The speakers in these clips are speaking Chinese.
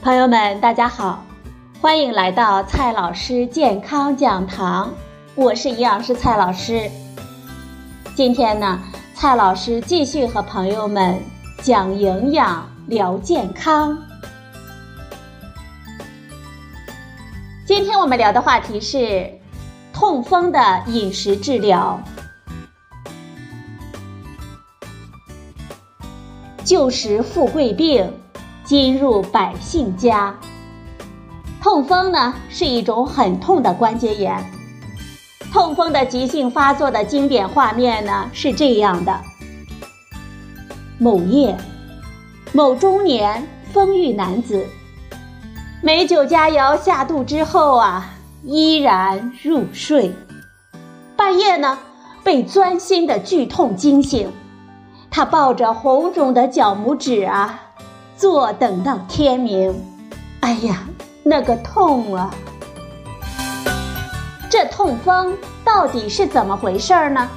朋友们，大家好，欢迎来到蔡老师健康讲堂，我是营养师蔡老师。今天呢，蔡老师继续和朋友们讲营养聊健康。今天我们聊的话题是痛风的饮食治疗。旧时富贵病，今入百姓家。痛风呢，是一种很痛的关节炎。痛风的急性发作的经典画面呢，是这样的：某夜，某中年风韵男子，美酒佳肴下肚之后依然入睡。半夜呢，被钻心的剧痛惊醒，他抱着红肿的脚拇指坐等到天明。哎呀，那个痛啊！这痛风到底是怎么回事呢？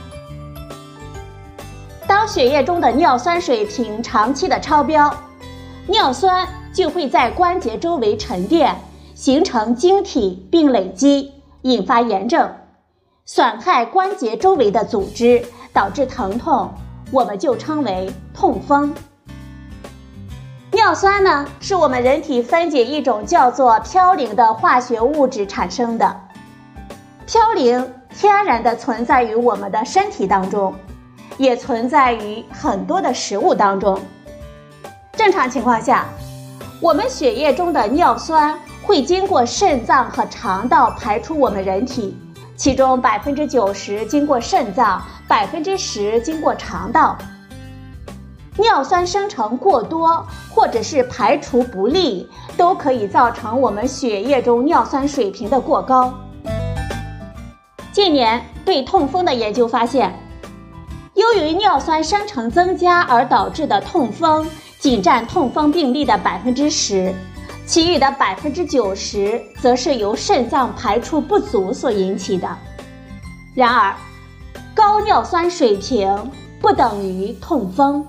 当血液中的尿酸水平长期的超标，尿酸就会在关节周围沉淀，形成晶体并累积，引发炎症，损害关节周围的组织，导致疼痛，我们就称为痛风。尿酸呢，是我们人体分解一种叫做嘌呤的化学物质产生的。嘌呤天然的存在于我们的身体当中，也存在于很多的食物当中。正常情况下，我们血液中的尿酸会经过肾脏和肠道排出我们人体，其中90%经过肾脏，10%经过肠道。尿酸生成过多或者是排除不利，都可以造成我们血液中尿酸水平的过高。近年对痛风的研究发现，由于尿酸生成增加而导致的痛风仅占痛风病例的10%，其余的90%则是由肾脏排出不足所引起的。然而，高尿酸水平不等于痛风。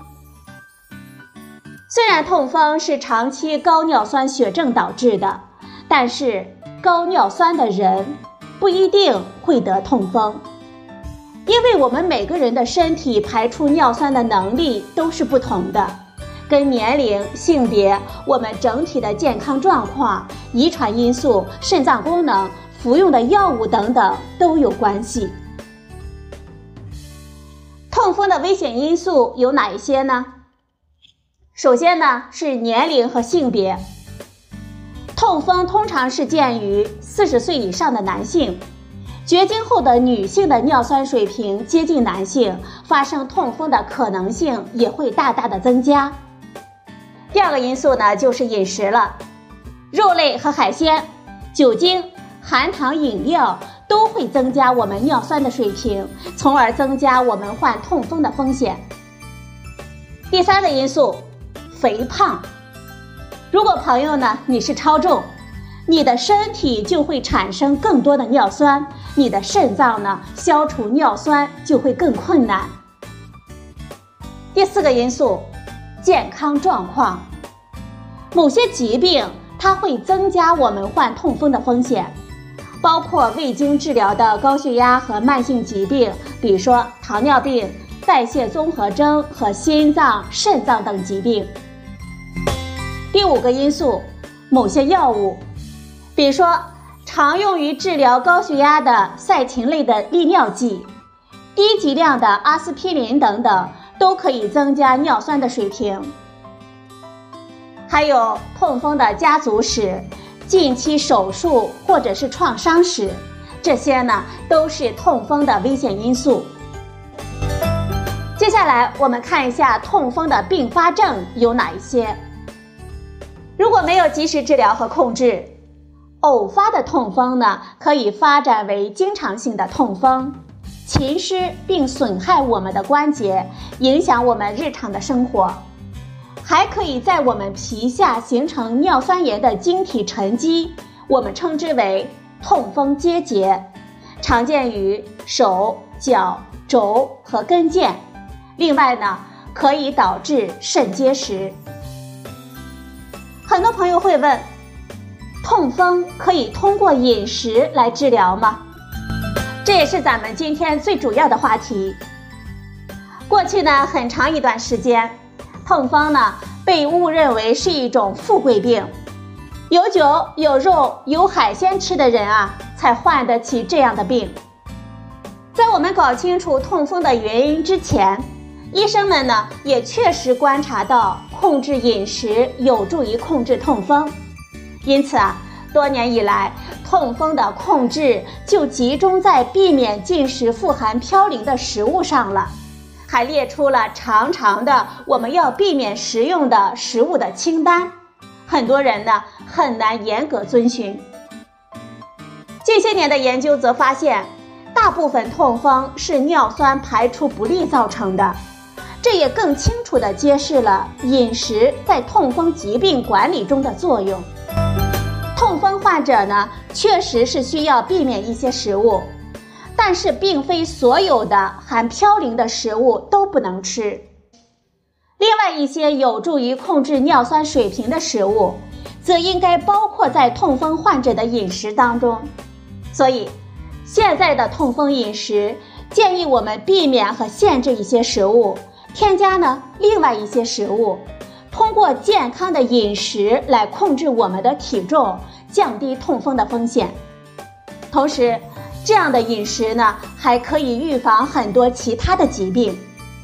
虽然痛风是长期高尿酸血症导致的，但是高尿酸的人不一定会得痛风，因为我们每个人的身体排出尿酸的能力都是不同的，跟年龄、性别、我们整体的健康状况、遗传因素、肾脏功能、服用的药物等等都有关系。痛风的危险因素有哪一些呢？首先呢，是年龄和性别。痛风通常是见于40岁以上的男性，绝经后的女性的尿酸水平接近男性，发生痛风的可能性也会大大的增加。第二个因素呢，就是饮食了。肉类和海鲜、酒精、含糖饮料都会增加我们尿酸的水平，从而增加我们患痛风的风险。第三个因素，肥胖。如果朋友呢，你是超重，你的身体就会产生更多的尿酸，你的肾脏呢，消除尿酸就会更困难。第四个因素，健康状况。某些疾病它会增加我们患痛风的风险，包括未经治疗的高血压和慢性疾病，比如说糖尿病、代谢综合征和心脏、肾脏等疾病。第五个因素，某些药物，比如说常用于治疗高血压的赛嗪类的利尿剂、低剂量的阿司匹林等等，都可以增加尿酸的水平。还有痛风的家族史、近期手术或者是创伤史，这些呢都是痛风的危险因素。接下来我们看一下痛风的并发症有哪一些。如果没有及时治疗和控制，偶发的痛风呢，可以发展为经常性的痛风，侵蚀并损害我们的关节，影响我们日常的生活。还可以在我们皮下形成尿酸盐的晶体沉积，我们称之为痛风结节，常见于手、脚、肘和跟腱。另外呢，可以导致肾结石。很多朋友会问， 痛风可以通过饮食来治疗吗？这也是咱们今天最主要的话题。过去呢，很长一段时间，痛风呢被误认为是一种富贵病，有酒有肉有海鲜吃的人啊，才患得起这样的病。在我们搞清楚痛风的原因之前，医生们呢也确实观察到控制饮食有助于控制痛风，因此啊，多年以来痛风的控制就集中在避免进食富含嘌呤的食物上了，还列出了长长的我们要避免食用的食物的清单，很多人呢很难严格遵循。近些年的研究则发现，大部分痛风是尿酸排出不利造成的，这也更清楚地揭示了饮食在痛风疾病管理中的作用。痛风患者呢，确实是需要避免一些食物，但是并非所有的含嘌呤的食物都不能吃。另外一些有助于控制尿酸水平的食物，则应该包括在痛风患者的饮食当中。所以，现在的痛风饮食建议我们避免和限制一些食物，添加呢另外一些食物，通过健康的饮食来控制我们的体重，降低痛风的风险。同时，这样的饮食呢，还可以预防很多其他的疾病。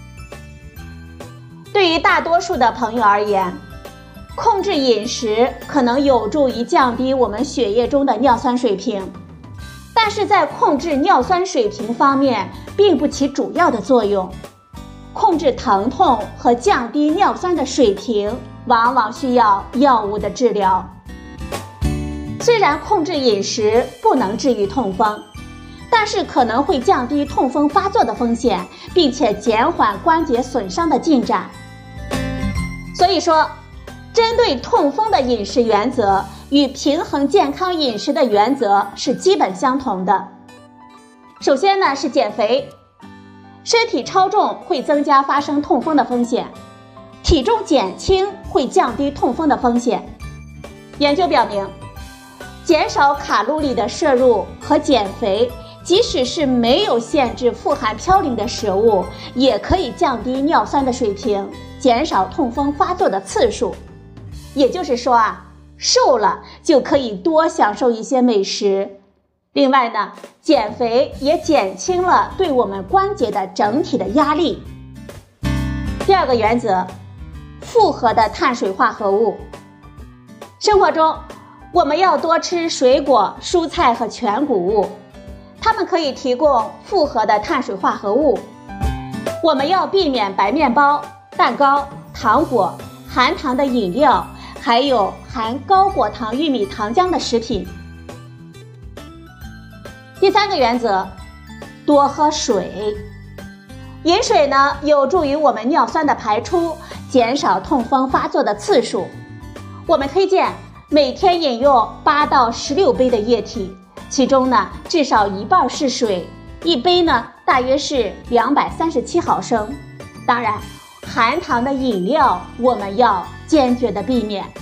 对于大多数的朋友而言，控制饮食可能有助于降低我们血液中的尿酸水平，但是在控制尿酸水平方面并不起主要的作用。控制疼痛和降低尿酸的水平，往往需要药物的治疗。虽然控制饮食不能治愈痛风，但是可能会降低痛风发作的风险，并且减缓关节损伤的进展。所以说，针对痛风的饮食原则与平衡健康饮食的原则是基本相同的。首先呢是减肥，身体超重会增加发生痛风的风险，体重减轻会降低痛风的风险。研究表明，减少卡路里的摄入和减肥，即使是没有限制富含嘌呤的食物，也可以降低尿酸的水平，减少痛风发作的次数。也就是说啊，瘦了就可以多享受一些美食。另外呢，减肥也减轻了对我们关节的整体的压力。第二个原则，复合的碳水化合物。生活中，我们要多吃水果、蔬菜和全谷物，它们可以提供复合的碳水化合物。我们要避免白面包、蛋糕、糖果、含糖的饮料，还有含高果糖玉米糖浆的食品。第三个原则，多喝水。饮水呢，有助于我们尿酸的排出，减少痛风发作的次数。我们推荐每天饮用8到16杯的液体，其中呢至少一半是水，一杯呢大约是237毫升。当然，含糖的饮料我们要坚决的避免。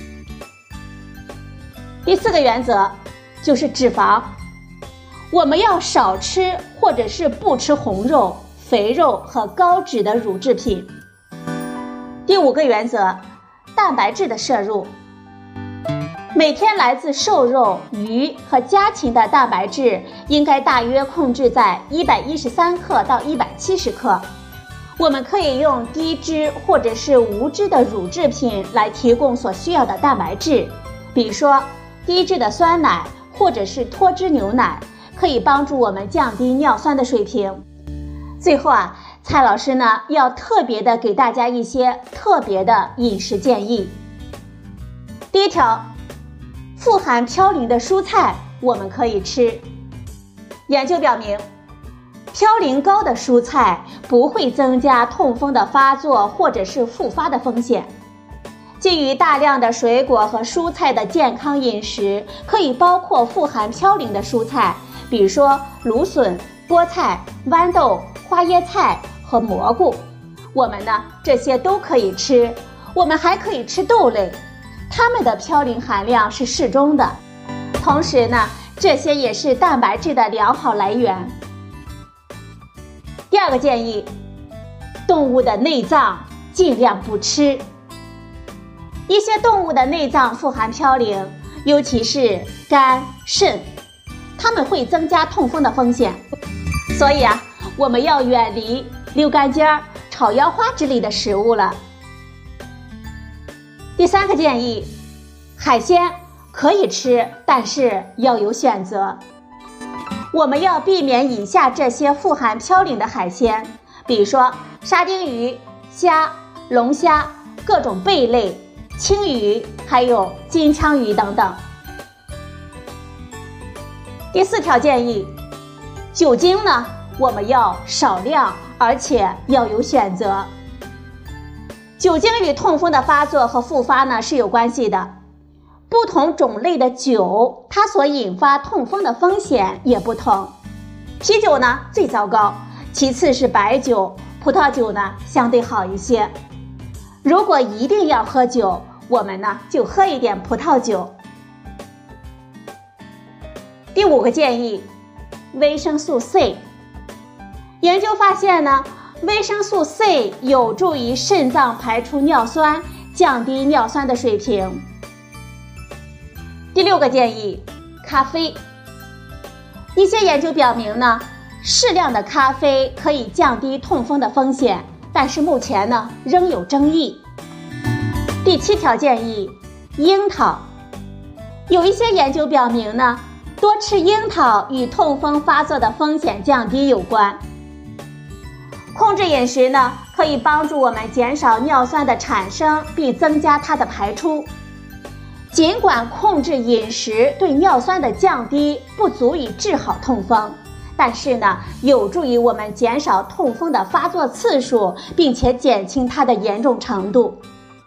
第四个原则就是脂肪，我们要少吃或者是不吃红肉、肥肉和高脂的乳制品。第五个原则，蛋白质的摄入。每天来自瘦肉、鱼和家禽的蛋白质应该大约控制在113克到170克。我们可以用低脂或者是无脂的乳制品来提供所需要的蛋白质，比如说低脂的酸奶或者是脱脂牛奶，可以帮助我们降低尿酸的水平。最后啊，蔡老师呢要特别的给大家一些特别的饮食建议。第一条，富含嘌呤的蔬菜我们可以吃。研究表明，嘌呤高的蔬菜不会增加痛风的发作或者是复发的风险。基于大量的水果和蔬菜的健康饮食，可以包括富含嘌呤的蔬菜，比如说芦笋、菠菜、豌豆、花椰菜和蘑菇。我们呢这些都可以吃，我们还可以吃豆类， 它们的嘌呤含量是适中的，同时呢，这些也是蛋白质的良好来源。第二个建议，动物的内脏尽量不吃。一些动物的内脏富含嘌呤，尤其是肝、肾，它们会增加痛风的风险。所以我们要远离溜肝尖、炒腰花之类的食物了。第三个建议，海鲜可以吃，但是要有选择。我们要避免以下这些富含嘌呤的海鲜，比如说沙丁鱼、虾、龙虾、各种贝类、青鱼，还有金枪鱼等等。第四条建议，酒精呢，我们要少量，而且要有选择。酒精与痛风的发作和复发呢是有关系的，不同种类的酒，它所引发痛风的风险也不同。啤酒呢最糟糕，其次是白酒，葡萄酒呢相对好一些。如果一定要喝酒，我们呢就喝一点葡萄酒。第五个建议，维生素 C。研究发现呢，维生素 C 有助于肾脏排出尿酸，降低尿酸的水平。第六个建议，咖啡。一些研究表明呢，适量的咖啡可以降低痛风的风险，但是目前呢仍有争议。第七条建议，樱桃。有一些研究表明呢，多吃樱桃与痛风发作的风险降低有关。控制饮食呢，可以帮助我们减少尿酸的产生，并增加它的排出。尽管控制饮食对尿酸的降低不足以治好痛风，但是呢，有助于我们减少痛风的发作次数，并且减轻它的严重程度。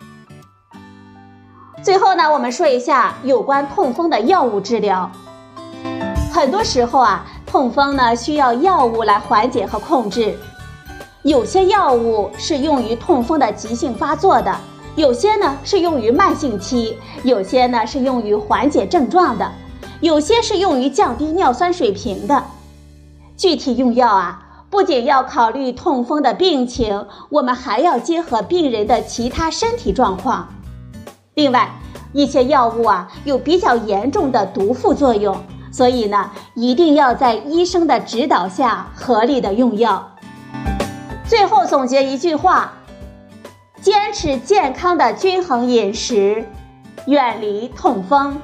最后呢，我们说一下有关痛风的药物治疗。很多时候痛风呢需要药物来缓解和控制。有些药物是用于痛风的急性发作的，有些呢是用于慢性期，有些呢是用于缓解症状的，有些是用于降低尿酸水平的。具体用药不仅要考虑痛风的病情，我们还要结合病人的其他身体状况。另外，一些药物有比较严重的毒副作用，所以呢，一定要在医生的指导下合理的用药。最后总结一句话，坚持健康的均衡饮食，远离痛风。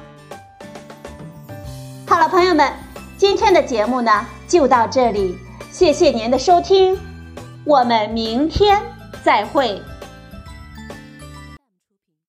好了，朋友们，今天的节目呢就到这里，谢谢您的收听，我们明天再会。